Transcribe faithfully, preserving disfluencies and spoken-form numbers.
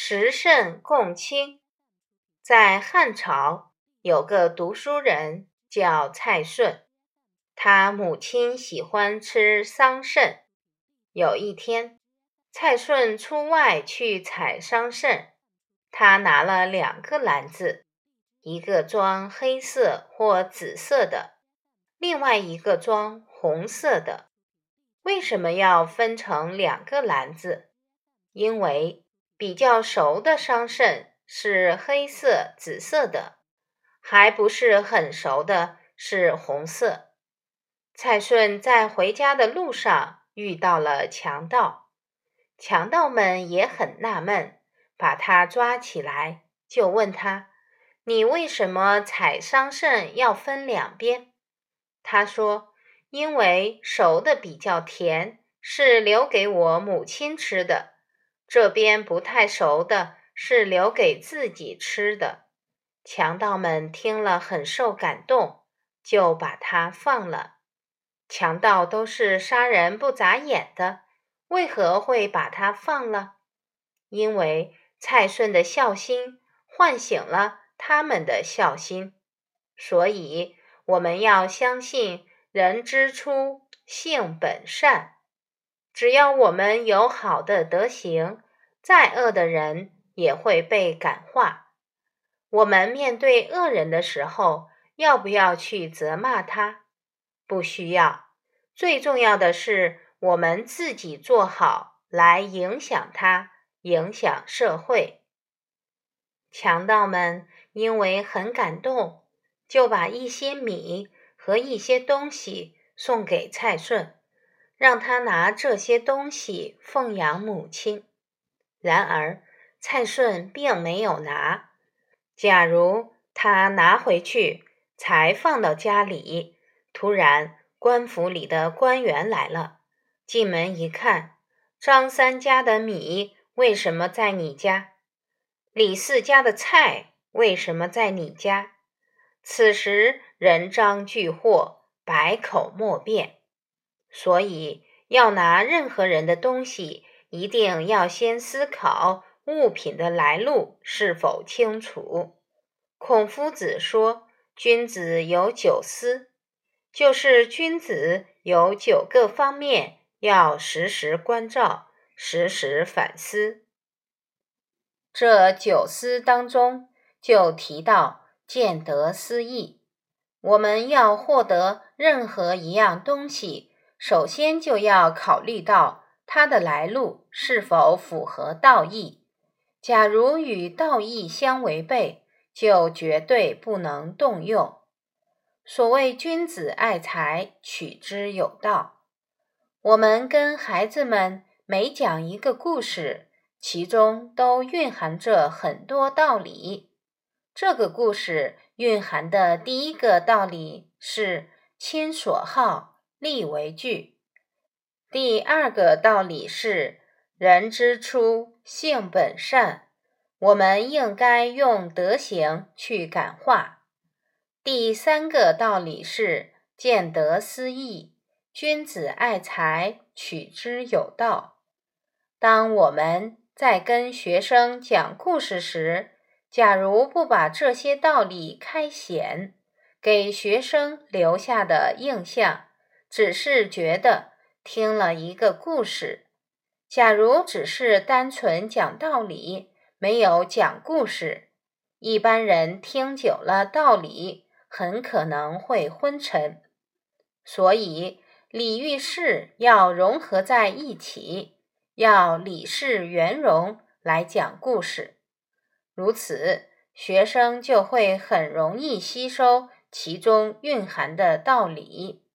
时甚共清。在汉朝有个读书人叫蔡顺，他母亲喜欢吃桑葚。有一天，蔡顺出外去采桑葚，他拿了两个篮子，一个装黑色或紫色的，另外一个装红色的。为什么要分成两个篮子？因为比较熟的桑葚是黑色、紫色的，还不是很熟的是红色。蔡顺在回家的路上遇到了强盗，强盗们也很纳闷，把他抓起来，就问他：你为什么采桑葚要分两边？他说：因为熟的比较甜，是留给我母亲吃的，这边不太熟的是留给自己吃的。强盗们听了很受感动，就把他放了。强盗都是杀人不眨眼的，为何会把他放了？因为蔡顺的孝心唤醒了他们的孝心。所以我们要相信人之初，性本善。只要我们有好的德行，再恶的人也会被感化。我们面对恶人的时候，要不要去责骂他？不需要。最重要的是我们自己做好，来影响他，影响社会。强盗们因为很感动，就把一些米和一些东西送给蔡顺，让他拿这些东西奉养母亲。然而蔡顺并没有拿。假如他拿回去，才放到家里，突然官府里的官员来了，进门一看，张三家的米为什么在你家？李四家的菜为什么在你家？此时人赃俱获，百口莫辩。所以要拿任何人的东西，一定要先思考物品的来路是否清楚。孔夫子说，君子有九思，就是君子有九个方面要时时关照，时时反思。这九思当中就提到见得思义。我们要获得任何一样东西，首先就要考虑到它的来路是否符合道义。假如与道义相违背，就绝对不能动用。所谓君子爱财，取之有道。我们跟孩子们每讲一个故事，其中都蕴含着很多道理。这个故事蕴含的第一个道理是亲所好，力为具。第二个道理是人之初，性本善。我们应该用德行去感化。第三个道理是见得思义，君子爱财，取之有道。当我们在跟学生讲故事时，假如不把这些道理开显，给学生留下的印象只是觉得听了一个故事。假如只是单纯讲道理，没有讲故事，一般人听久了道理，很可能会昏沉。所以理与事要融合在一起，要理事圆融来讲故事。如此，学生就会很容易吸收其中蕴含的道理。